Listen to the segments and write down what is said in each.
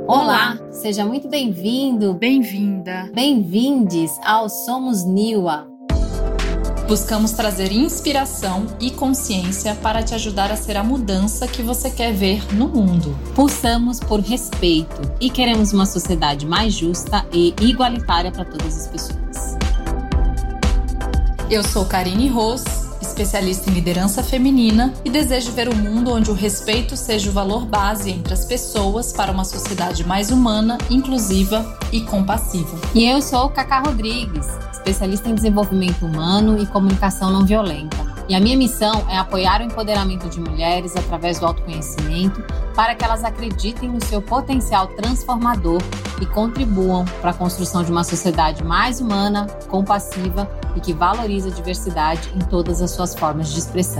Olá, seja muito bem-vindo, bem-vinda, bem-vindes ao Somos Niwa. Buscamos trazer inspiração e consciência para te ajudar a ser a mudança que você quer ver no mundo. Pulsamos por respeito e queremos uma sociedade mais justa e igualitária para todas as pessoas. Eu sou Karine Ros, especialista em liderança feminina e desejo ver um mundo onde o respeito seja o valor base entre as pessoas para uma sociedade mais humana, inclusiva e compassiva. E eu sou Cacá Rodrigues, especialista em desenvolvimento humano e comunicação não violenta. E a minha missão é apoiar o empoderamento de mulheres através do autoconhecimento para que elas acreditem no seu potencial transformador e contribuam para a construção de uma sociedade mais humana, compassiva e que valoriza a diversidade em todas as suas formas de expressão.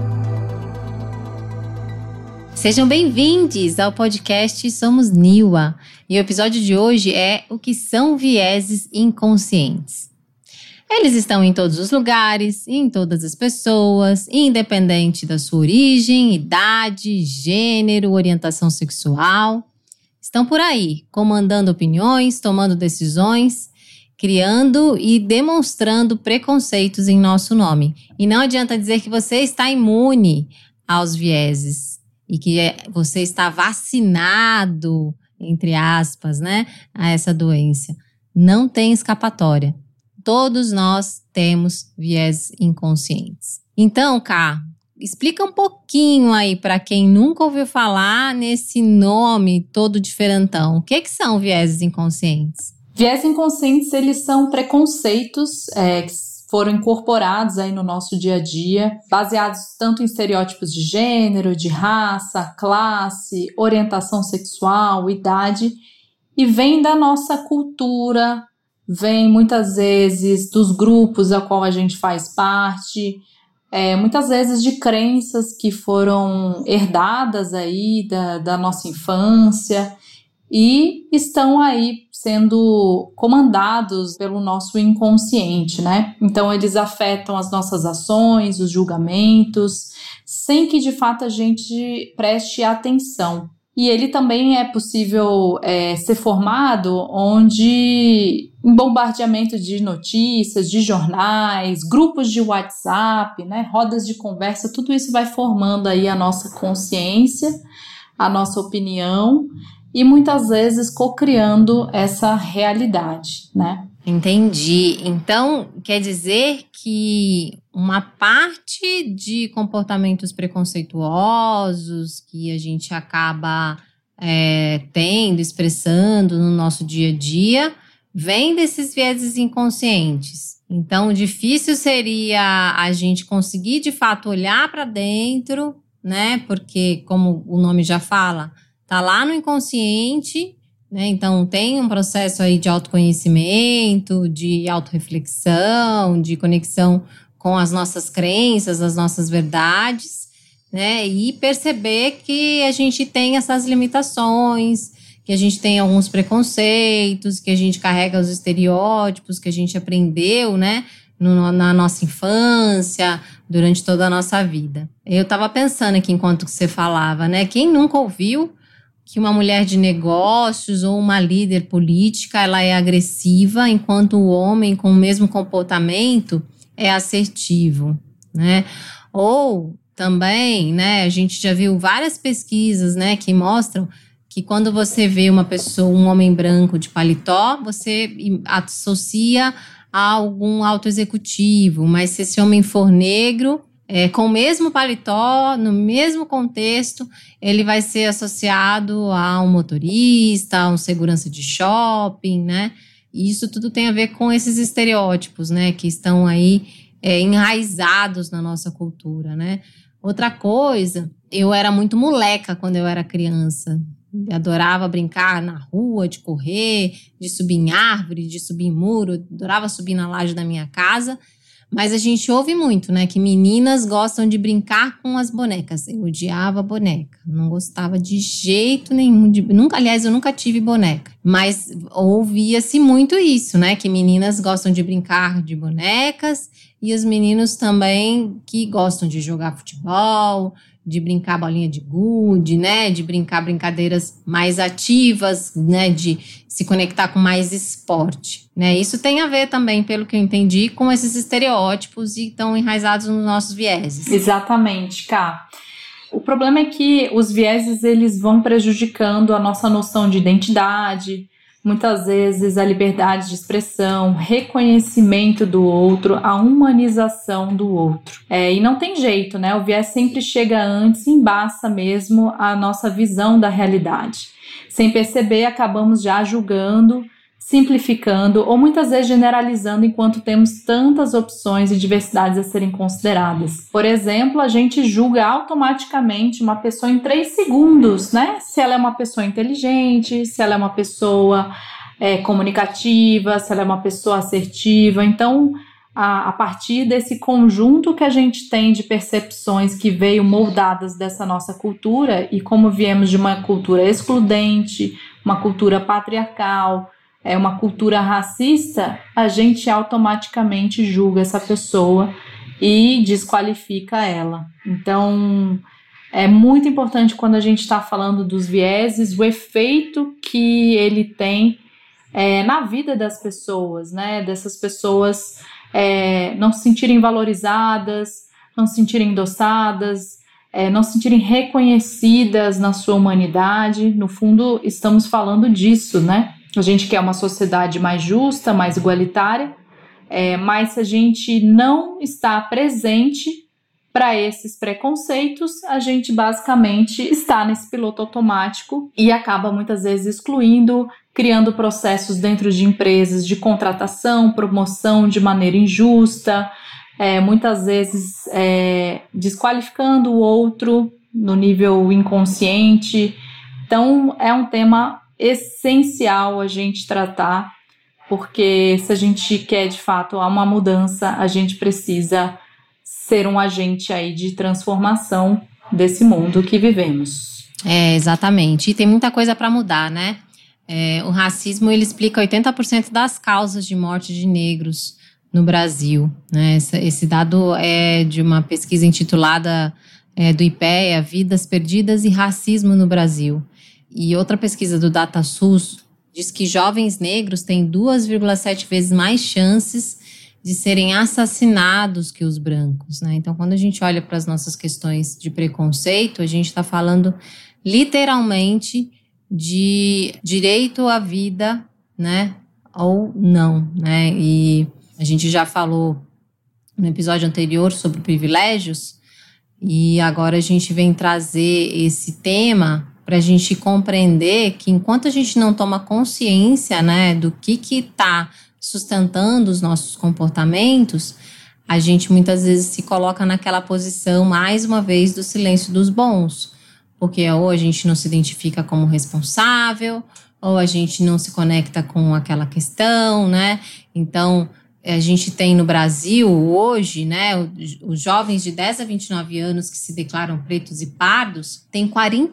Sejam bem-vindos ao podcast Somos Niwa. E o episódio de hoje é o que são vieses inconscientes. Eles estão em todos os lugares, em todas as pessoas, independente da sua origem, idade, gênero, orientação sexual. Estão por aí, comandando opiniões, tomando decisões, criando e demonstrando preconceitos em nosso nome. E não adianta dizer que você está imune aos vieses e que você está vacinado, entre aspas, né, a essa doença. Não tem escapatória. Todos nós temos vieses inconscientes. Então, Ká, explica um pouquinho aí para quem nunca ouviu falar nesse nome todo diferentão. O que são vieses inconscientes? Vieses inconscientes, eles são preconceitos que foram incorporados aí no nosso dia a dia, baseados tanto em estereótipos de gênero, de raça, classe, orientação sexual, idade, e vem da nossa cultura, vem muitas vezes dos grupos a qual a gente faz parte, muitas vezes de crenças que foram herdadas aí da nossa infância e estão aí sendo comandados pelo nosso inconsciente, né? Então eles afetam as nossas ações, os julgamentos, sem que de fato a gente preste atenção. E ele também é possível ser formado onde, em bombardeamento de notícias, de jornais, grupos de WhatsApp, né, rodas de conversa, tudo isso vai formando aí a nossa consciência, a nossa opinião e muitas vezes co-criando essa realidade, né? Entendi. Então, quer dizer que uma parte de comportamentos preconceituosos que a gente acaba tendo, expressando no nosso dia a dia, vem desses vieses inconscientes. Então, difícil seria a gente conseguir, de fato, olhar para dentro, né? Porque, como o nome já fala, tá lá no inconsciente, né? Então, tem um processo aí de autoconhecimento, de autorreflexão, de conexão com as nossas crenças, as nossas verdades, né? E perceber que a gente tem essas limitações, que a gente tem alguns preconceitos, que a gente carrega os estereótipos que a gente aprendeu, né? Na nossa infância, durante toda a nossa vida. Eu estava pensando aqui enquanto você falava, né? Quem nunca ouviu que uma mulher de negócios ou uma líder política, ela é agressiva, enquanto o homem com o mesmo comportamento é assertivo, né? Ou também, né, a gente já viu várias pesquisas, né, que mostram que quando você vê uma pessoa, um homem branco de paletó, você associa a algum alto executivo, mas se esse homem for negro, com o mesmo paletó, no mesmo contexto, ele vai ser associado a um motorista, a um segurança de shopping, né? E isso tudo tem a ver com esses estereótipos, né? Que estão aí enraizados na nossa cultura, né? Outra coisa, eu era muito moleca quando eu era criança. Eu adorava brincar na rua, de correr, de subir em árvore, de subir em muro. Eu adorava subir na laje da minha casa. Mas a gente ouve muito, né, que meninas gostam de brincar com as bonecas. Eu odiava boneca, não gostava de jeito nenhum. Aliás, eu nunca tive boneca. Mas ouvia-se muito isso, né, que meninas gostam de brincar de bonecas e os meninos também que gostam de jogar futebol, de brincar bolinha de gude, né, de brincar brincadeiras mais ativas, né, de se conectar com mais esporte, né. Isso tem a ver também, pelo que eu entendi, com esses estereótipos e estão enraizados nos nossos vieses. Exatamente, Ká. O problema é que os vieses eles vão prejudicando a nossa noção de identidade, muitas vezes a liberdade de expressão, reconhecimento do outro, a humanização do outro. E não tem jeito, né? O viés sempre chega antes e embaça mesmo a nossa visão da realidade. Sem perceber, acabamos já julgando, simplificando ou muitas vezes generalizando enquanto temos tantas opções e diversidades a serem consideradas. Por exemplo, a gente julga automaticamente uma pessoa em 3 segundos, né? Se ela é uma pessoa inteligente, se ela é uma pessoa comunicativa, se ela é uma pessoa assertiva. Então, a partir desse conjunto que a gente tem de percepções que veio moldadas dessa nossa cultura, e como viemos de uma cultura excludente, uma cultura patriarcal, uma cultura racista, a gente automaticamente julga essa pessoa e desqualifica ela. Então, é muito importante quando a gente está falando dos vieses, o efeito que ele tem na vida das pessoas, né? Dessas pessoas não se sentirem valorizadas, não se sentirem endossadas, não se sentirem reconhecidas na sua humanidade. No fundo, estamos falando disso, né? A gente quer uma sociedade mais justa, mais igualitária, mas se a gente não está presente para esses preconceitos, a gente basicamente está nesse piloto automático e acaba muitas vezes excluindo, criando processos dentro de empresas de contratação, promoção de maneira injusta, muitas vezes desqualificando o outro no nível inconsciente. Então, é um tema essencial a gente tratar, porque se a gente quer de fato uma mudança, a gente precisa ser um agente aí de transformação desse mundo que vivemos. Exatamente. E tem muita coisa para mudar, né? O racismo, ele explica 80% das causas de morte de negros no Brasil, né? Esse dado é de uma pesquisa intitulada do IPEA, Vidas Perdidas e Racismo no Brasil. E outra pesquisa do DataSUS diz que jovens negros têm 2,7 vezes mais chances de serem assassinados que os brancos, né? Então, quando a gente olha para as nossas questões de preconceito, a gente está falando literalmente de direito à vida, né? Ou não, né? E a gente já falou no episódio anterior sobre privilégios e agora a gente vem trazer esse tema para a gente compreender que enquanto a gente não toma consciência, né, do que está sustentando os nossos comportamentos, a gente muitas vezes se coloca naquela posição, mais uma vez, do silêncio dos bons. Porque ou a gente não se identifica como responsável, ou a gente não se conecta com aquela questão, né? Então, a gente tem no Brasil hoje, né, os jovens de 10 a 29 anos que se declaram pretos e pardos têm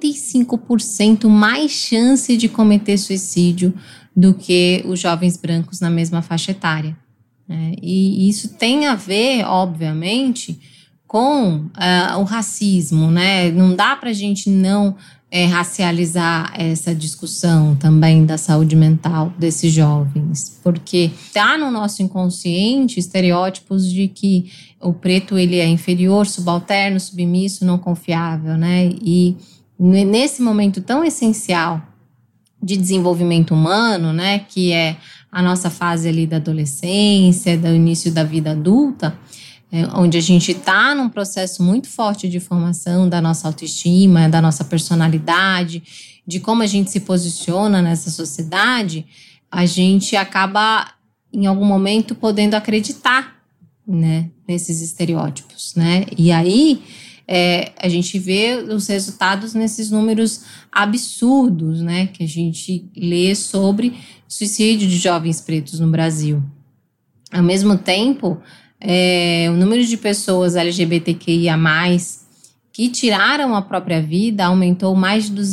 45% mais chance de cometer suicídio do que os jovens brancos na mesma faixa etária. E isso tem a ver, obviamente, com o racismo, né? Não dá para a gente não racializar essa discussão também da saúde mental desses jovens, porque está no nosso inconsciente estereótipos de que o preto ele é inferior, subalterno, submisso, não confiável, né? E nesse momento tão essencial de desenvolvimento humano, né, que é a nossa fase ali da adolescência, do início da vida adulta, onde a gente está num processo muito forte de formação da nossa autoestima, da nossa personalidade, de como a gente se posiciona nessa sociedade, a gente acaba, em algum momento, podendo acreditar, né, nesses estereótipos, né? E aí, a gente vê os resultados nesses números absurdos, né, que a gente lê sobre suicídio de jovens pretos no Brasil. Ao mesmo tempo, o número de pessoas LGBTQIA+, que tiraram a própria vida aumentou mais de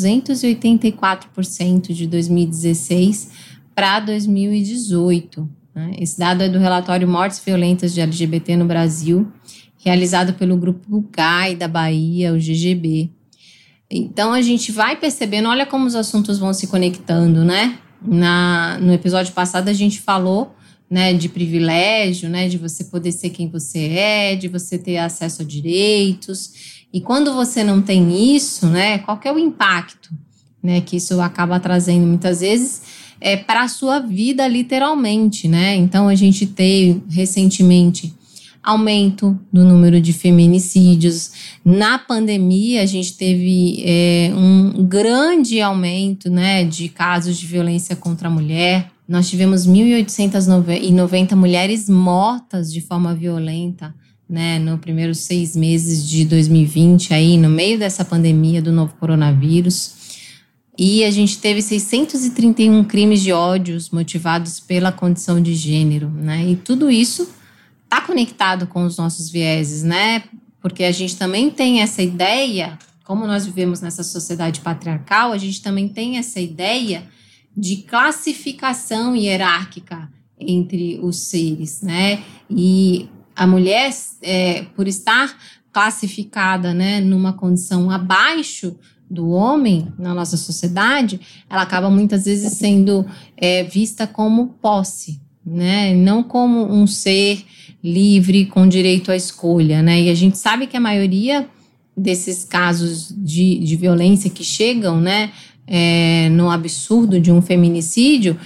284% de 2016 para 2018. Né? Esse dado é do relatório Mortes Violentas de LGBT no Brasil, realizado pelo Grupo GAI da Bahia, o GGB. Então, a gente vai percebendo, olha como os assuntos vão se conectando, né? No episódio passado, a gente falou, né, de privilégio, né, de você poder ser quem você é, de você ter acesso a direitos. E quando você não tem isso, né, qual que é o impacto, né, que isso acaba trazendo muitas vezes para a sua vida, literalmente, né? Então, a gente teve recentemente aumento do número de feminicídios. Na pandemia, a gente teve um grande aumento, né, de casos de violência contra a mulher. Nós tivemos 1.890 mulheres mortas de forma violenta, né, nos primeiros 6 meses de 2020, aí, no meio dessa pandemia do novo coronavírus. E a gente teve 631 crimes de ódio motivados pela condição de gênero, né? E tudo isso está conectado com os nossos vieses, né? Porque a gente também tem essa ideia, como nós vivemos nessa sociedade patriarcal, a gente também tem essa ideia de classificação hierárquica entre os seres, né? E a mulher, por estar classificada, né, numa condição abaixo do homem na nossa sociedade, ela acaba muitas vezes sendo vista como posse, né? Não como um ser livre com direito à escolha, né? E a gente sabe que a maioria desses casos de violência que chegam, né, no absurdo de um feminicídio,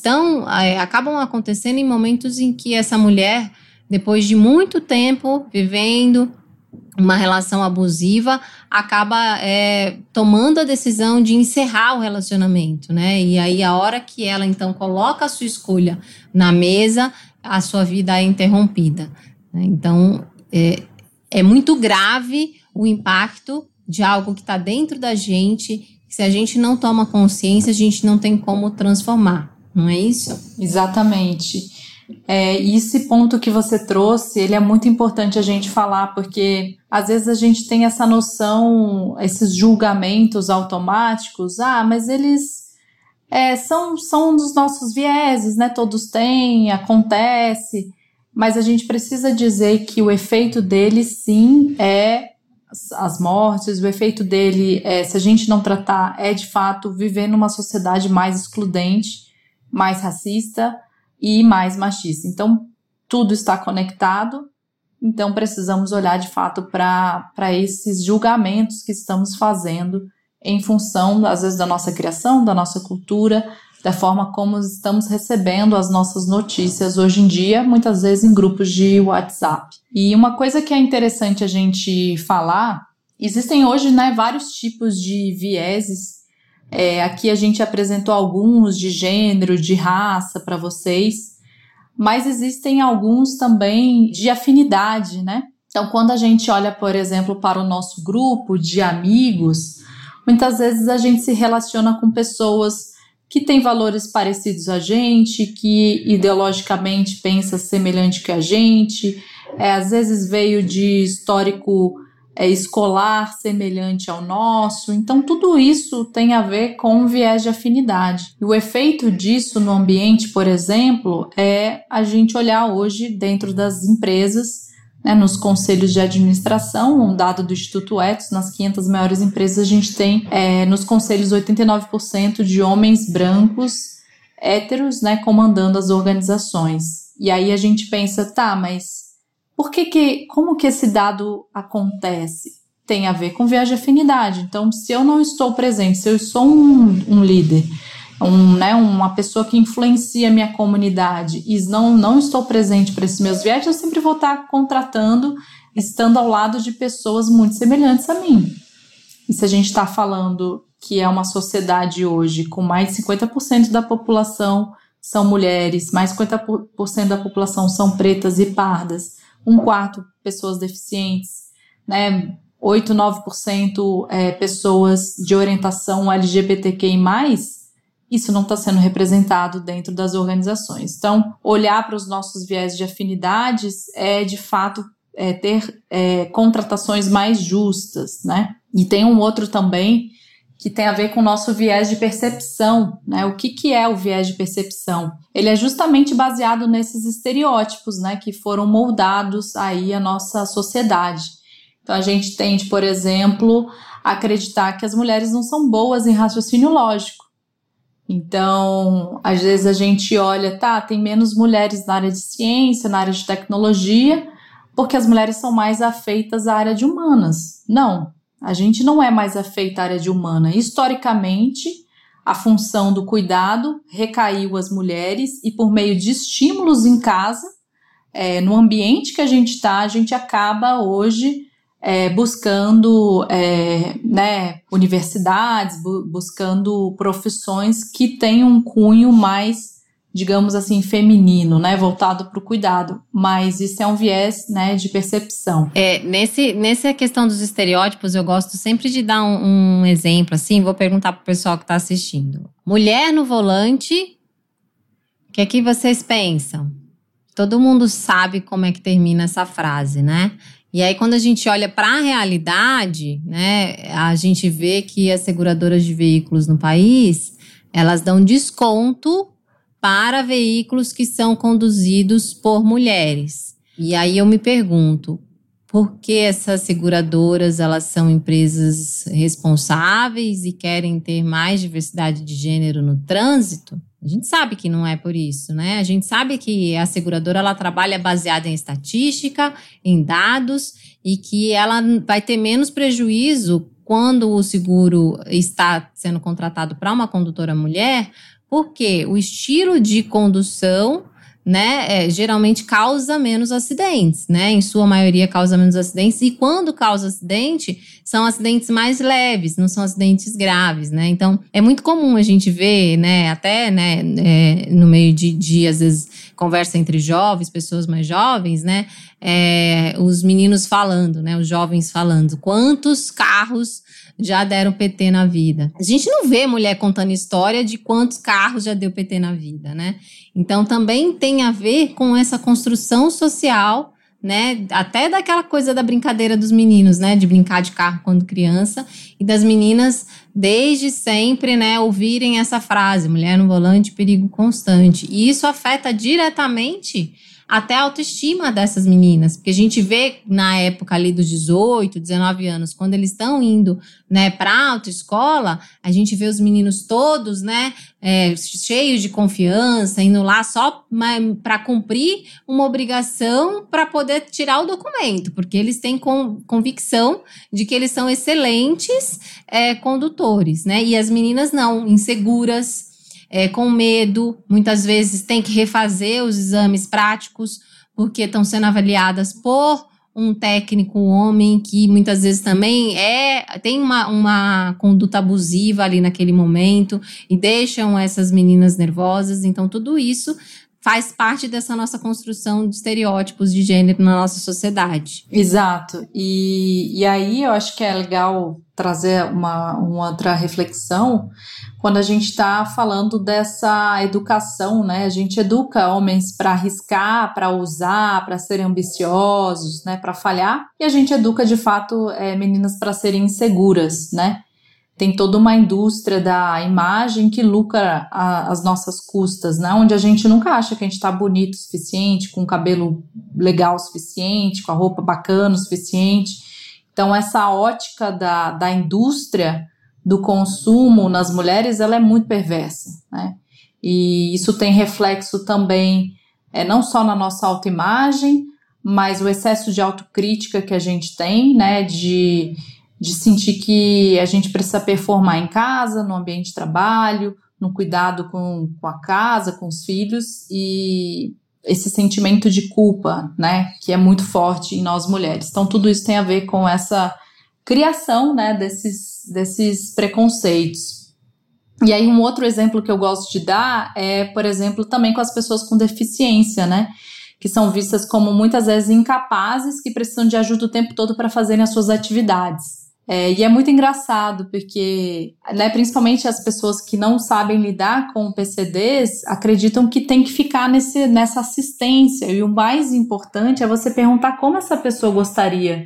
acabam acontecendo em momentos em que essa mulher, depois de muito tempo vivendo uma relação abusiva, acaba tomando a decisão de encerrar o relacionamento, né? E aí, a hora que ela, então, coloca a sua escolha na mesa, a sua vida é interrompida, né? Então, é muito grave o impacto de algo que está dentro da gente. Se a gente não toma consciência, a gente não tem como transformar, não é isso? Exatamente. E esse ponto que você trouxe, ele é muito importante a gente falar, porque às vezes a gente tem essa noção, esses julgamentos automáticos, mas eles são dos nossos vieses, né? Todos têm, acontece, mas a gente precisa dizer que o efeito dele, sim, é as mortes, o efeito dele, se a gente não tratar, é de fato viver numa sociedade mais excludente, mais racista e mais machista. Então, tudo está conectado, então precisamos olhar de fato para esses julgamentos que estamos fazendo em função, às vezes, da nossa criação, da nossa cultura, da forma como estamos recebendo as nossas notícias hoje em dia, muitas vezes em grupos de WhatsApp. E uma coisa que é interessante a gente falar, existem hoje, né, vários tipos de vieses. Aqui a gente apresentou alguns de gênero, de raça para vocês, mas existem alguns também de afinidade, né? Então, quando a gente olha, por exemplo, para o nosso grupo de amigos, muitas vezes a gente se relaciona com pessoas que têm valores parecidos a gente, que ideologicamente pensa semelhante que a gente, às vezes veio de histórico escolar semelhante ao nosso. Então, tudo isso tem a ver com viés de afinidade. E o efeito disso no ambiente, por exemplo, é a gente olhar hoje dentro das empresas, né, nos conselhos de administração, um dado do Instituto Ethos, nas 500 maiores empresas, a gente tem nos conselhos 89% de homens brancos, héteros, né, comandando as organizações. E aí a gente pensa, mas como que esse dado acontece? Tem a ver com viés de afinidade. Então, se eu não estou presente, se eu sou um líder, uma pessoa que influencia a minha comunidade e não estou presente para esses meus viés, eu sempre vou estar contratando, estando ao lado de pessoas muito semelhantes a mim. E se a gente está falando que é uma sociedade hoje com mais de 50% da população são mulheres, mais 50% da população são pretas e pardas, 1/4 pessoas deficientes, né, 8, 9% pessoas de orientação LGBTQI+, isso não está sendo representado dentro das organizações. Então, olhar para os nossos viés de afinidades de fato, ter contratações mais justas, né? E tem um outro também, que tem a ver com o nosso viés de percepção, né? O que é o viés de percepção? Ele é justamente baseado nesses estereótipos, né, que foram moldados aí a nossa sociedade. Então a gente tende, por exemplo, a acreditar que as mulheres não são boas em raciocínio lógico. Então, às vezes a gente olha, tem menos mulheres na área de ciência, na área de tecnologia, porque as mulheres são mais afeitas à área de humanas. Não, a gente não é mais afeita à área de humana. Historicamente, a função do cuidado recaiu às mulheres e por meio de estímulos em casa, no ambiente que a gente acaba hoje buscando universidades, buscando profissões que tenham um cunho mais, digamos assim, feminino, né, voltado para o cuidado. Mas isso é um viés, né, de percepção. Nessa questão dos estereótipos, eu gosto sempre de dar um exemplo, assim, vou perguntar para o pessoal que está assistindo. Mulher no volante, o que é que vocês pensam? Todo mundo sabe como é que termina essa frase, né? E aí, quando a gente olha para a realidade, né, a gente vê que as seguradoras de veículos no país, elas dão desconto para veículos que são conduzidos por mulheres. E aí eu me pergunto, por que essas seguradoras, elas são empresas responsáveis e querem ter mais diversidade de gênero no trânsito? A gente sabe que não é por isso, né? A gente sabe que a seguradora, ela trabalha baseada em estatística, em dados, e que ela vai ter menos prejuízo quando o seguro está sendo contratado para uma condutora mulher, porque o estilo de condução, né, geralmente causa menos acidentes, né? Em sua maioria causa menos acidentes, e quando causa acidente, são acidentes mais leves, não são acidentes graves, né? Então, é muito comum a gente ver, né, até, né, no meio de às vezes, conversa entre jovens, pessoas mais jovens, né, os meninos falando, né, os jovens falando, quantos carros já deram PT na vida. A gente não vê mulher contando história de quantos carros já deu PT na vida, né? Então, também tem a ver com essa construção social, né? Até daquela coisa da brincadeira dos meninos, né? De brincar de carro quando criança. E das meninas, desde sempre, né? Ouvirem essa frase, mulher no volante, perigo constante. E isso afeta diretamente até a autoestima dessas meninas, porque a gente vê na época ali dos 18, 19 anos, quando eles estão indo, né, para a autoescola, a gente vê os meninos todos, né, cheios de confiança, indo lá só para cumprir uma obrigação para poder tirar o documento, porque eles têm convicção de que eles são excelentes condutores, né, e as meninas não, inseguras, com medo, muitas vezes tem que refazer os exames práticos porque estão sendo avaliadas por um técnico homem que muitas vezes também tem uma conduta abusiva ali naquele momento e deixam essas meninas nervosas. Então, tudo isso faz parte dessa nossa construção de estereótipos de gênero na nossa sociedade. Exato. E aí eu acho que é legal trazer uma outra reflexão quando a gente está falando dessa educação, né? A gente educa homens para arriscar, para ousar, para serem ambiciosos, né? Para falhar. E a gente educa, de fato, meninas para serem inseguras, né? Tem toda uma indústria da imagem que lucra às nossas custas, né? Onde a gente nunca acha que a gente está bonito o suficiente, com o cabelo legal o suficiente, com a roupa bacana o suficiente. Então, essa ótica da indústria do consumo nas mulheres, ela é muito perversa, né? E isso tem reflexo também, não só na nossa autoimagem, mas o excesso de autocrítica que a gente tem, né? De sentir que a gente precisa performar em casa, no ambiente de trabalho, no cuidado com a casa, com os filhos, e esse sentimento de culpa, né, que é muito forte em nós mulheres. Então, tudo isso tem a ver com essa criação, né, desses preconceitos. E aí, um outro exemplo que eu gosto de dar é, por exemplo, também com as pessoas com deficiência, né, que são vistas como muitas vezes incapazes, que precisam de ajuda o tempo todo para fazerem as suas atividades. E é muito engraçado porque, né, principalmente as pessoas que não sabem lidar com PCDs acreditam que tem que ficar nessa assistência, e o mais importante é você perguntar como essa pessoa gostaria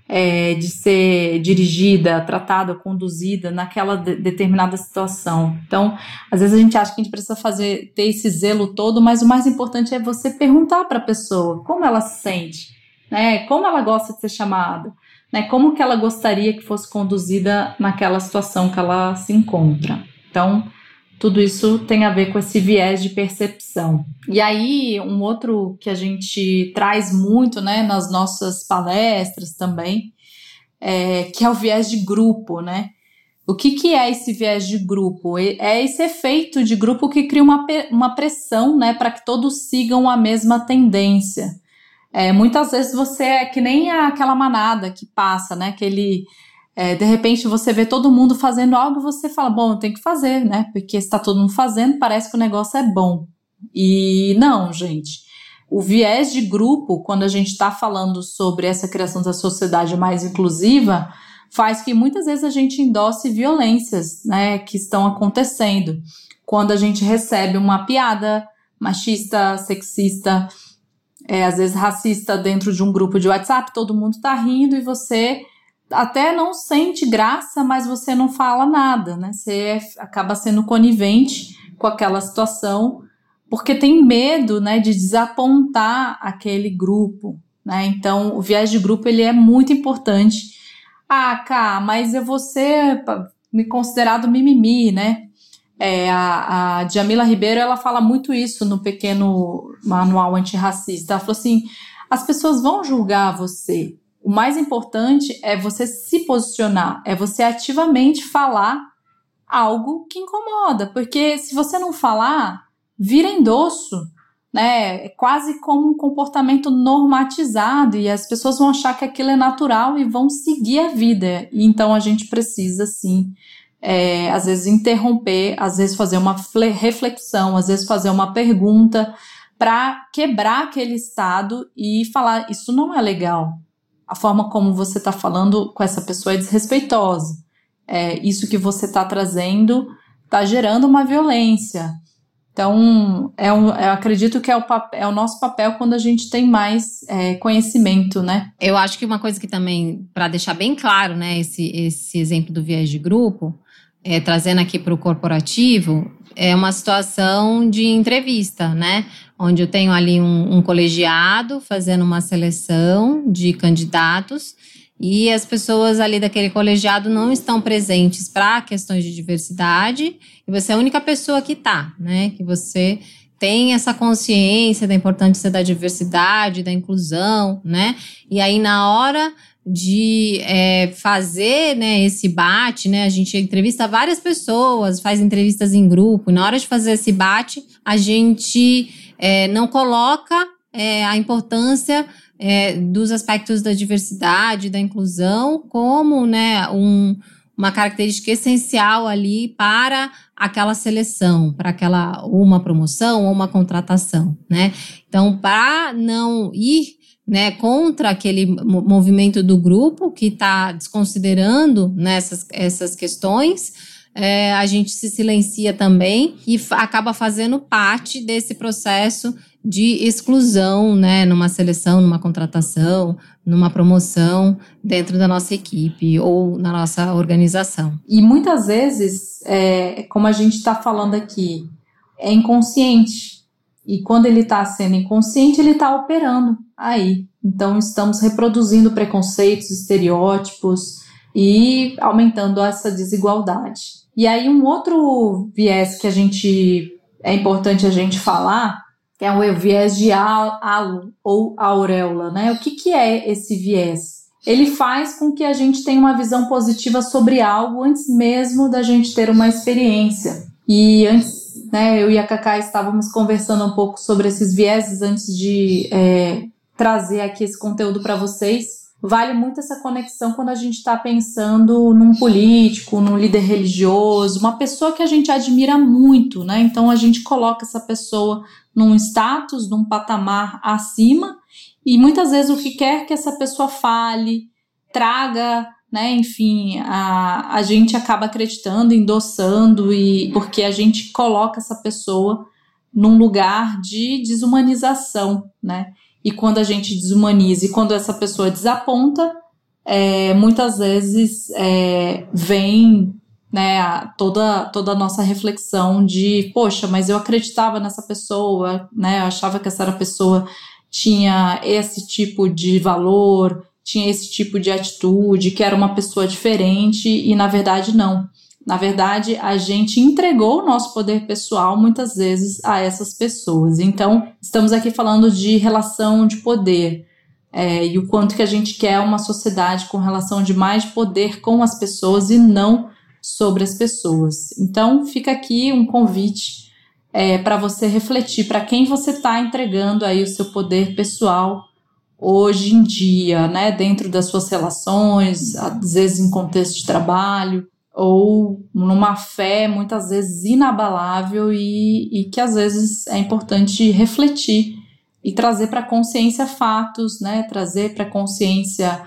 de ser dirigida, tratada, conduzida naquela determinada situação. Então, às vezes a gente acha que a gente precisa ter esse zelo todo, mas o mais importante é você perguntar para a pessoa como ela se sente, né? Como ela gosta de ser chamada, né? Como que ela gostaria que fosse conduzida naquela situação que ela se encontra. Então, tudo isso tem a ver com esse viés de percepção. E aí, um outro que a gente traz muito, né, nas nossas palestras também, que é o viés de grupo, né? O que é esse viés de grupo? É esse efeito de grupo que cria uma pressão, né, para que todos sigam a mesma tendência. Muitas vezes você é que nem aquela manada que passa, né, de repente você vê todo mundo fazendo algo e você fala, bom, eu tenho que fazer, né? Porque se está todo mundo fazendo, parece que o negócio é bom. E não, gente. O viés de grupo, quando a gente está falando sobre essa criação da sociedade mais inclusiva, faz que muitas vezes a gente endosse violências, né, que estão acontecendo. Quando a gente recebe uma piada machista, sexista, às vezes racista dentro de um grupo de WhatsApp, todo mundo está rindo e você até não sente graça, mas você não fala nada, né? Você acaba sendo conivente com aquela situação, porque tem medo, né, de desapontar aquele grupo, né? Então, o viés de grupo, ele é muito importante. Cá, mas eu vou ser me considerado mimimi, né? A Djamila Ribeiro, ela fala muito isso no pequeno manual antirracista. Ela falou assim, as pessoas vão julgar você. O mais importante é você se posicionar, é você ativamente falar algo que incomoda, porque se você não falar, vira endosso, né? É quase como um comportamento normatizado e as pessoas vão achar que aquilo é natural e vão seguir a vida. E então a gente precisa, sim, às vezes interromper, às vezes fazer uma reflexão, às vezes fazer uma pergunta para quebrar aquele estado e falar, isso não é legal. A forma como você está falando com essa pessoa é desrespeitosa. Isso que você está trazendo está gerando uma violência. Então, eu acredito que é o nosso papel quando a gente tem mais conhecimento, né? Eu acho que uma coisa que também, para deixar bem claro, né, esse exemplo do viés de grupo, trazendo aqui para o corporativo, é uma situação de entrevista, né? Onde eu tenho ali um colegiado fazendo uma seleção de candidatos e as pessoas ali daquele colegiado não estão presentes para questões de diversidade e você é a única pessoa que está, né? Que você tem essa consciência da importância da diversidade, da inclusão, né? E aí na hora de fazer, né, esse bate, né, a gente entrevista várias pessoas, faz entrevistas em grupo, e na hora de fazer esse bate, a gente não coloca a importância dos aspectos da diversidade, da inclusão, como, né, uma característica essencial ali para aquela seleção, para uma promoção ou uma contratação, né? Então, para não ir, né, contra aquele movimento do grupo que está desconsiderando, né, essas questões, a gente se silencia também e acaba fazendo parte desse processo de exclusão, né, numa seleção, numa contratação, numa promoção dentro da nossa equipe ou na nossa organização. E muitas vezes, como a gente está falando aqui, é inconsciente. E quando ele está sendo inconsciente, ele está operando aí. Então, estamos reproduzindo preconceitos, estereótipos e aumentando essa desigualdade. E aí, um outro viés que é importante a gente falar, que é o viés de halo ou auréola, né? O que é esse viés? Ele faz com que a gente tenha uma visão positiva sobre algo antes mesmo da gente ter uma experiência. E antes, né, eu e a Cacá estávamos conversando um pouco sobre esses vieses antes de trazer aqui esse conteúdo para vocês. Vale muito essa conexão quando a gente está pensando num político, num líder religioso, uma pessoa que a gente admira muito, né? Então a gente coloca essa pessoa num status, num patamar acima e muitas vezes o que quer que essa pessoa fale, traga, né? Enfim, a gente acaba acreditando, endossando porque a gente coloca essa pessoa num lugar de desumanização, né? E quando a gente desumaniza e quando essa pessoa desaponta, muitas vezes vem, né, toda a nossa reflexão de, poxa, mas eu acreditava nessa pessoa, né, eu achava que essa pessoa tinha esse tipo de valor, tinha esse tipo de atitude, que era uma pessoa diferente, e na verdade não. Na verdade, a gente entregou o nosso poder pessoal muitas vezes a essas pessoas. Então, estamos aqui falando de relação de poder, e o quanto que a gente quer uma sociedade com relação de mais poder com as pessoas e não sobre as pessoas. Então, fica aqui um convite para você refletir para quem você está entregando aí o seu poder pessoal hoje em dia, né, dentro das suas relações, às vezes em contexto de trabalho, ou numa fé muitas vezes inabalável e que às vezes é importante refletir e trazer para a consciência fatos, né? Trazer para a consciência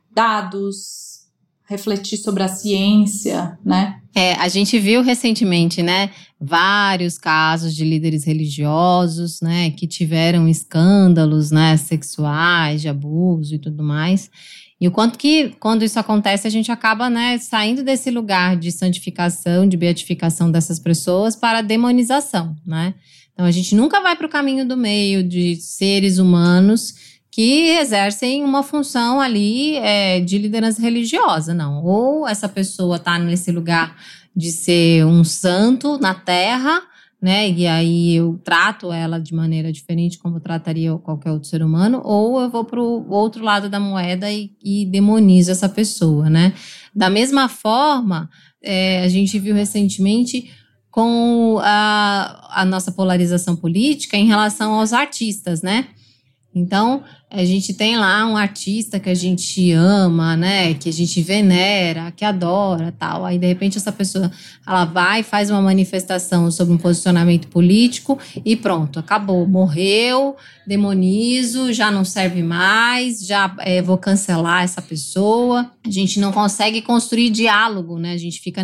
dados, refletir sobre a ciência, né? A gente viu recentemente, né, vários casos de líderes religiosos, né, que tiveram escândalos, né, sexuais, de abuso e tudo mais. E o quanto que, quando isso acontece, a gente acaba, né, saindo desse lugar de santificação, de beatificação dessas pessoas para a demonização, né? Então, a gente nunca vai para o caminho do meio de seres humanos que exercem uma função ali de liderança religiosa, não. Ou essa pessoa está nesse lugar de ser um santo na terra, né, e aí eu trato ela de maneira diferente como eu trataria qualquer outro ser humano, ou eu vou para o outro lado da moeda e demonizo essa pessoa, né. Da mesma forma, a gente viu recentemente com a nossa polarização política em relação aos artistas, né. Então, a gente tem lá um artista que a gente ama, né, que a gente venera, que adora, tal. Aí, de repente, essa pessoa, ela vai, faz uma manifestação sobre um posicionamento político e pronto, acabou, morreu, demonizo, já não serve mais, já vou cancelar essa pessoa. A gente não consegue construir diálogo, né, a gente fica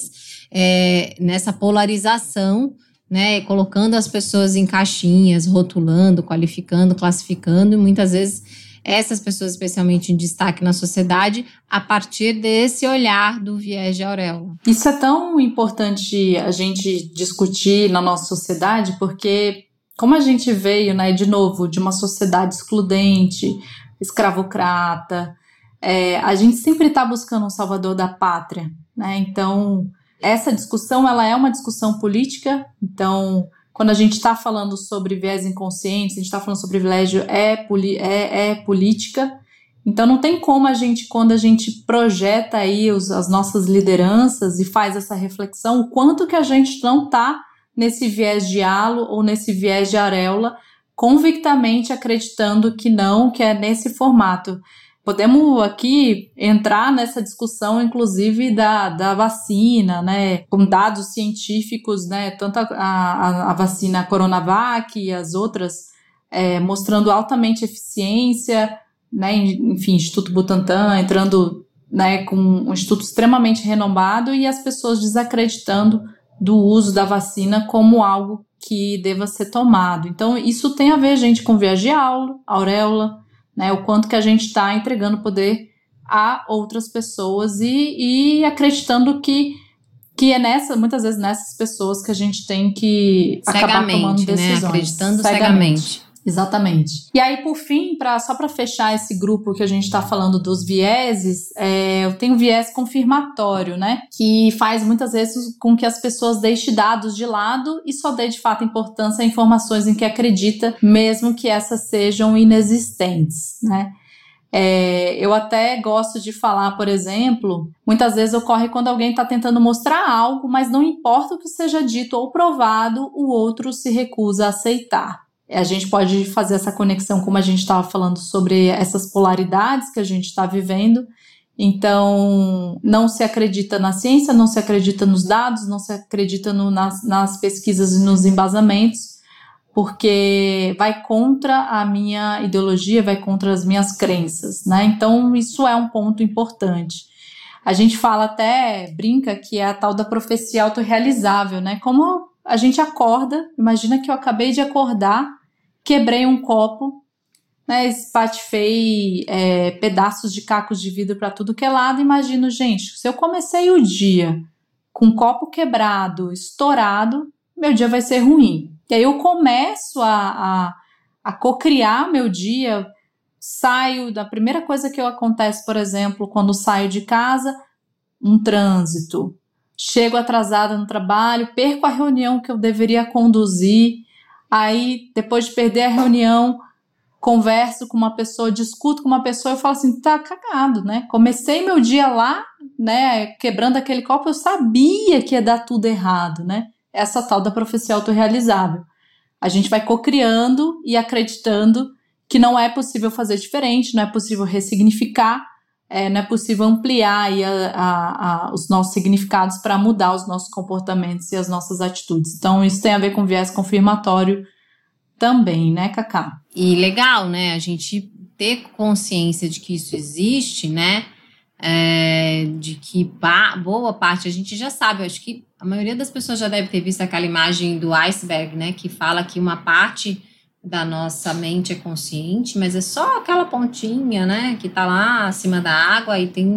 nessa polarização, né, colocando as pessoas em caixinhas, rotulando, qualificando, classificando, e muitas vezes essas pessoas, especialmente em destaque na sociedade, a partir desse olhar do viés de auréola. Isso é tão importante a gente discutir na nossa sociedade, porque como a gente veio, né, de novo, de uma sociedade excludente, escravocrata, a gente sempre está buscando um salvador da pátria, né, então essa discussão, ela é uma discussão política. Então, quando a gente está falando sobre viés inconscientes, a gente está falando sobre privilégio, é política. Então, não tem como a gente, quando a gente projeta aí as nossas lideranças e faz essa reflexão, o quanto que a gente não está nesse viés de halo ou nesse viés de auréola, convictamente acreditando que não, que é nesse formato. Podemos aqui entrar nessa discussão, inclusive, da vacina, né, com dados científicos, né, tanto a vacina Coronavac e as outras, mostrando altamente eficiência, né, enfim, Instituto Butantan entrando, né, com um instituto extremamente renomado e as pessoas desacreditando do uso da vacina como algo que deva ser tomado. Então, isso tem a ver, gente, com viés de auréola, né, o quanto que a gente está entregando poder a outras pessoas e acreditando que é muitas vezes nessas pessoas que a gente tem que acabar tomando decisões. Né? Acreditando cegamente. Exatamente. E aí, por fim, só para fechar esse grupo que a gente está falando dos vieses, eu tenho o viés confirmatório, né? Que faz muitas vezes com que as pessoas deixem dados de lado e só dê de fato importância a informações em que acredita, mesmo que essas sejam inexistentes, né? Eu até gosto de falar, por exemplo, muitas vezes ocorre quando alguém está tentando mostrar algo, mas não importa o que seja dito ou provado, o outro se recusa a aceitar. A gente pode fazer essa conexão, como a gente estava falando, sobre essas polaridades que a gente está vivendo. Então, não se acredita na ciência, não se acredita nos dados, não se acredita nas pesquisas e nos embasamentos, porque vai contra a minha ideologia, vai contra as minhas crenças, né? Então, isso é um ponto importante. A gente fala até, brinca, que é a tal da profecia autorrealizável, né? Como a gente acorda, imagina que eu acabei de acordar, quebrei um copo, né, espatifei pedaços de cacos de vidro para tudo que é lado. Imagino, gente, se eu comecei o dia com um copo quebrado, estourado, meu dia vai ser ruim. E aí eu começo a cocriar meu dia, saio, da primeira coisa que acontece, por exemplo, quando saio de casa, um trânsito. Chego atrasada no trabalho, perco a reunião que eu deveria conduzir, aí depois de perder a reunião, converso com uma pessoa, discuto com uma pessoa, eu falo assim, tá cagado, né? Comecei meu dia lá, né, quebrando aquele copo, eu sabia que ia dar tudo errado, né? Essa tal da profecia autorrealizável. A gente vai cocriando e acreditando que não é possível fazer diferente, não é possível ressignificar, não é possível ampliar aí os nossos significados para mudar os nossos comportamentos e as nossas atitudes. Então, isso tem a ver com viés confirmatório também, né, Cacá? E legal, né, a gente ter consciência de que isso existe, né, de que boa parte a gente já sabe. Eu acho que a maioria das pessoas já deve ter visto aquela imagem do iceberg, né, que fala que uma parte da nossa mente é consciente, mas é só aquela pontinha, né, que tá lá acima da água e tem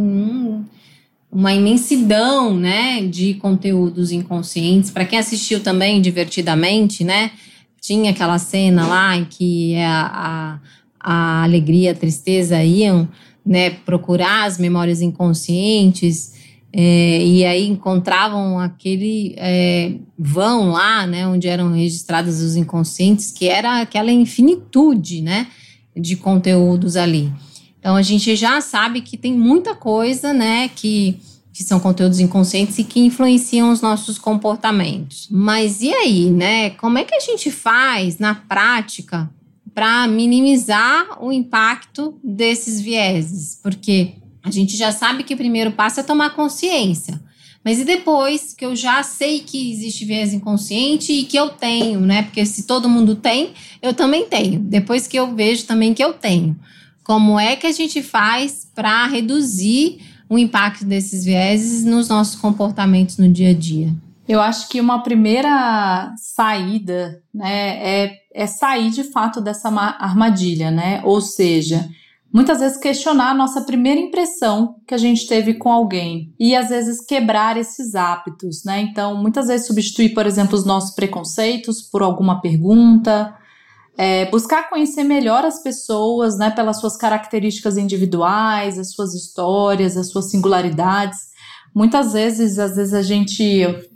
uma imensidão, né, de conteúdos inconscientes. Para quem assistiu também Divertidamente, né, tinha aquela cena lá em que a alegria, a tristeza iam, né, procurar as memórias inconscientes, e aí encontravam aquele vão lá, né, onde eram registrados os inconscientes, que era aquela infinitude, né, de conteúdos ali. Então a gente já sabe que tem muita coisa, né, que são conteúdos inconscientes e que influenciam os nossos comportamentos. Mas e aí, né? Como é que a gente faz na prática para minimizar o impacto desses vieses? Porque a gente já sabe que o primeiro passo é tomar consciência. Mas e depois que eu já sei que existe viés inconsciente e que eu tenho, né? Porque se todo mundo tem, eu também tenho. Depois que eu vejo também que eu tenho. Como é que a gente faz para reduzir o impacto desses vieses nos nossos comportamentos no dia a dia? Eu acho que uma primeira saída, né, é sair de fato dessa armadilha, né? Ou seja, muitas vezes questionar a nossa primeira impressão que a gente teve com alguém e às vezes quebrar esses hábitos, né? Então, muitas vezes substituir, por exemplo, os nossos preconceitos por alguma pergunta, buscar conhecer melhor as pessoas, né, pelas suas características individuais, as suas histórias, as suas singularidades. Muitas vezes, a gente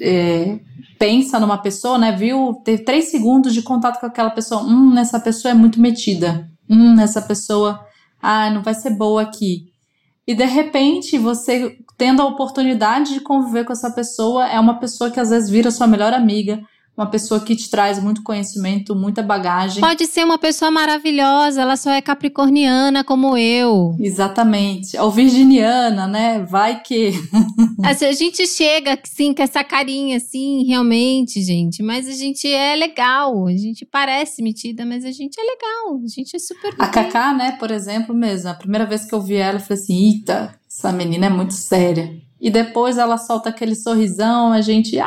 pensa numa pessoa, né, ter 3 segundos de contato com aquela pessoa, essa pessoa é muito metida, essa pessoa, não vai ser boa aqui. E de repente, você tendo a oportunidade de conviver com essa pessoa, é uma pessoa que às vezes vira sua melhor amiga, uma pessoa que te traz muito conhecimento, muita bagagem. Pode ser uma pessoa maravilhosa, ela só é capricorniana como eu. Exatamente. Ou virginiana, né? Vai que... A gente chega, assim, com essa carinha, assim, realmente, gente. Mas a gente é legal. A gente parece metida, mas a gente é legal. A gente é super A Cacá, né, por exemplo, mesmo. A primeira vez que eu vi ela, eu falei assim, eita, essa menina é muito séria. E depois ela solta aquele sorrisão, a gente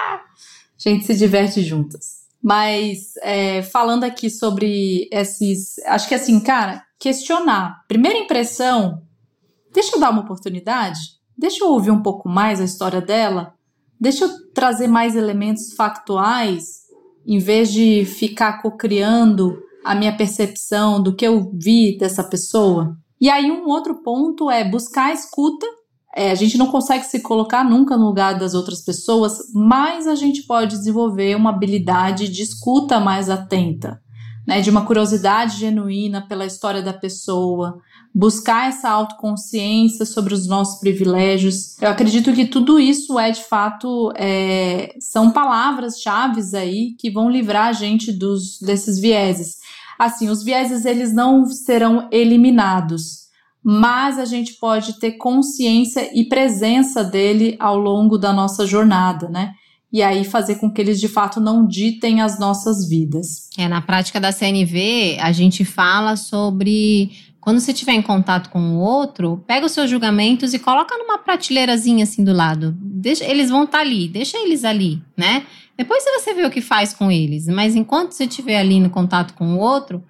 se diverte juntas. Mas falando aqui sobre esses... Acho que assim, cara, questionar. Primeira impressão, deixa eu dar uma oportunidade? Deixa eu ouvir um pouco mais a história dela? Deixa eu trazer mais elementos factuais, em vez de ficar cocriando a minha percepção do que eu vi dessa pessoa? E aí um outro ponto é buscar a escuta. A gente não consegue se colocar nunca no lugar das outras pessoas, mas a gente pode desenvolver uma habilidade de escuta mais atenta, né, de uma curiosidade genuína pela história da pessoa, buscar essa autoconsciência sobre os nossos privilégios. Eu acredito que tudo isso de fato, são palavras-chave aí que vão livrar a gente desses vieses. Assim, os vieses, eles não serão eliminados, mas a gente pode ter consciência e presença dele ao longo da nossa jornada, né? E aí fazer com que eles de fato não ditem as nossas vidas. Na prática da CNV, a gente fala sobre quando você estiver em contato com o outro, pega os seus julgamentos e coloca numa prateleirazinha assim do lado. Eles vão estar ali, deixa eles ali, né? Depois você vê o que faz com eles, mas enquanto você estiver ali no contato com o outro,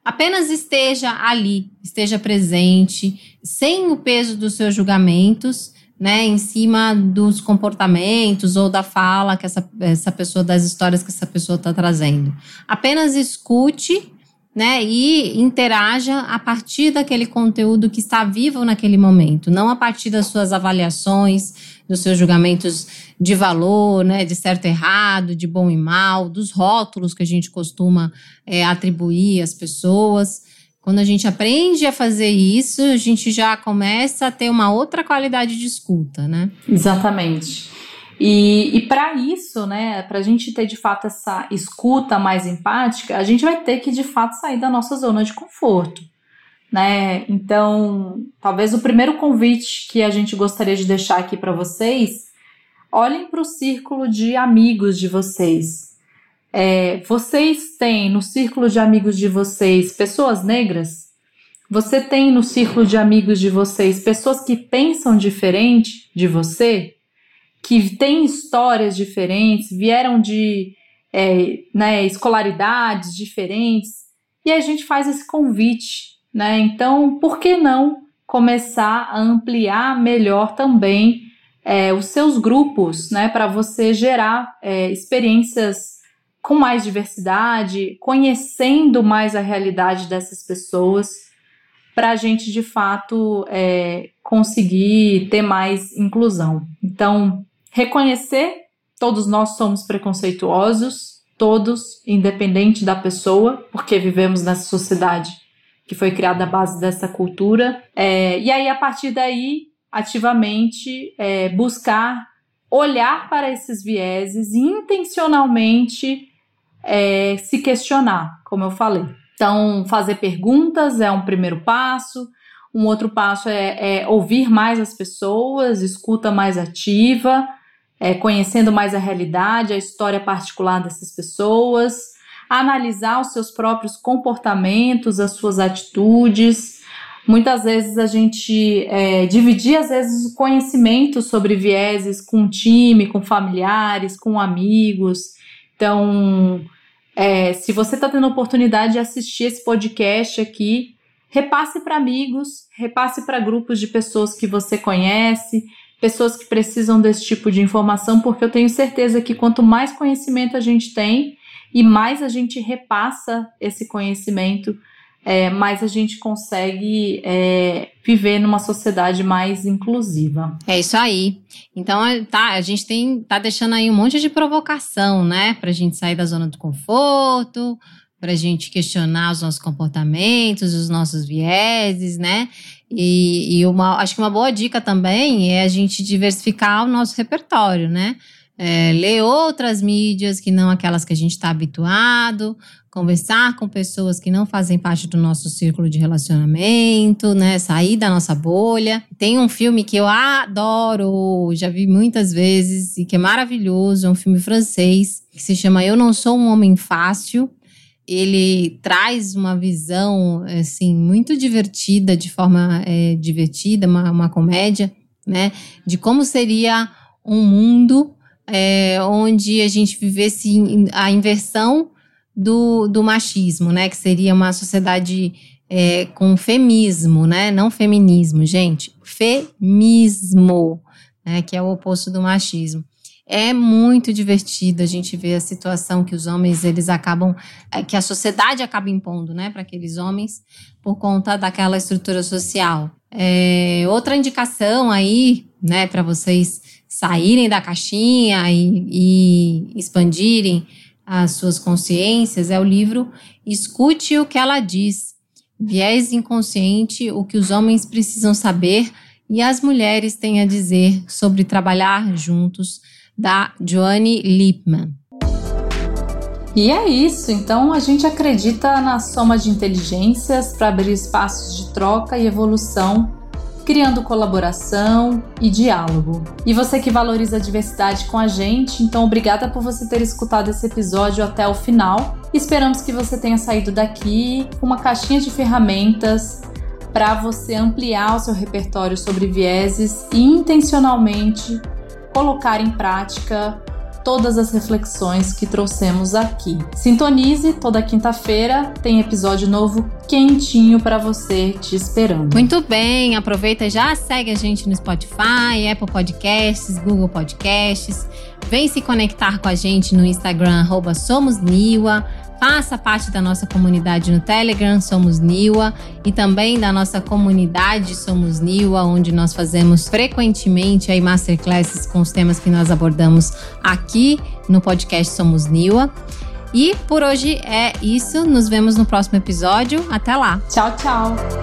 Apenas esteja ali, esteja presente, sem o peso dos seus julgamentos, né, em cima dos comportamentos ou da fala que essa pessoa, das histórias que essa pessoa está trazendo. Apenas escute, né, e interaja a partir daquele conteúdo que está vivo naquele momento, não a partir das suas avaliações, dos seus julgamentos de valor, né, de certo e errado, de bom e mal, dos rótulos que a gente costuma atribuir às pessoas. Quando a gente aprende a fazer isso, a gente já começa a ter uma outra qualidade de escuta, né? Exatamente. E para isso, né, para a gente ter de fato essa escuta mais empática, a gente vai ter que de fato sair da nossa zona de conforto, né? Então, talvez o primeiro convite que a gente gostaria de deixar aqui para vocês, olhem para o círculo de amigos de vocês. Vocês têm no círculo de amigos de vocês pessoas negras? Você tem no círculo de amigos de vocês pessoas que pensam diferente de você? Que têm histórias diferentes, vieram de escolaridades diferentes? E a gente faz esse convite, né? Então, por que não começar a ampliar melhor também os seus grupos, né? Para você gerar experiências com mais diversidade, conhecendo mais a realidade dessas pessoas, para a gente, de fato, conseguir ter mais inclusão. Então, reconhecer, todos nós somos preconceituosos, todos, independente da pessoa, porque vivemos nessa sociedade que foi criada à base dessa cultura. E aí, a partir daí, ativamente, buscar olhar para esses vieses e intencionalmente se questionar, como eu falei. Então, fazer perguntas é um primeiro passo. Um outro passo é ouvir mais as pessoas, escuta mais ativa, conhecendo mais a realidade, a história particular dessas pessoas, analisar os seus próprios comportamentos, as suas atitudes. Muitas vezes a gente dividir, às vezes, o conhecimento sobre vieses com o time, com familiares, com amigos. Então, se você está tendo a oportunidade de assistir esse podcast aqui, repasse para amigos, repasse para grupos de pessoas que você conhece, pessoas que precisam desse tipo de informação, porque eu tenho certeza que quanto mais conhecimento a gente tem e mais a gente repassa esse conhecimento, mais a gente consegue viver numa sociedade mais inclusiva. É isso aí. Então, a gente tá deixando aí um monte de provocação, né? Pra gente sair da zona do conforto, pra gente questionar os nossos comportamentos, os nossos vieses, né? E acho que uma boa dica também é a gente diversificar o nosso repertório, né? Ler outras mídias que não aquelas que a gente está habituado, conversar com pessoas que não fazem parte do nosso círculo de relacionamento, né? Sair da nossa bolha. Tem um filme que eu adoro, já vi muitas vezes e que é maravilhoso, é um filme francês que se chama Eu Não Sou um Homem Fácil. Ele traz uma visão, assim, muito divertida, de forma divertida, uma comédia, né? De como seria um mundo onde a gente vivesse a inversão do machismo, né? Que seria uma sociedade com feminismo, né? Não feminismo, gente. Femismo, né? Que é o oposto do machismo. É muito divertido a gente ver a situação que os homens, eles acabam, que a sociedade acaba impondo, né, para aqueles homens, por conta daquela estrutura social. Outra indicação aí, né, para vocês saírem da caixinha e expandirem as suas consciências, é o livro Escute o que ela diz. Viés inconsciente, o que os homens precisam saber e as mulheres têm a dizer sobre trabalhar juntos, da Joanne Lippmann. E é isso, então a gente acredita na soma de inteligências para abrir espaços de troca e evolução, criando colaboração e diálogo. E você que valoriza a diversidade com a gente, então obrigada por você ter escutado esse episódio até o final. Esperamos que você tenha saído daqui com uma caixinha de ferramentas para você ampliar o seu repertório sobre vieses e intencionalmente colocar em prática todas as reflexões que trouxemos aqui. Sintonize, toda quinta-feira tem episódio novo quentinho para você te esperando. Muito bem, aproveita e já segue a gente no Spotify, Apple Podcasts, Google Podcasts. Vem se conectar com a gente no Instagram, @SomosNiwa. Faça parte da nossa comunidade no Telegram, Somos Niwa, e também da nossa comunidade Somos Niwa, onde nós fazemos frequentemente aí masterclasses com os temas que nós abordamos aqui no podcast Somos Niwa. E por hoje é isso. Nos vemos no próximo episódio. Até lá. Tchau, tchau.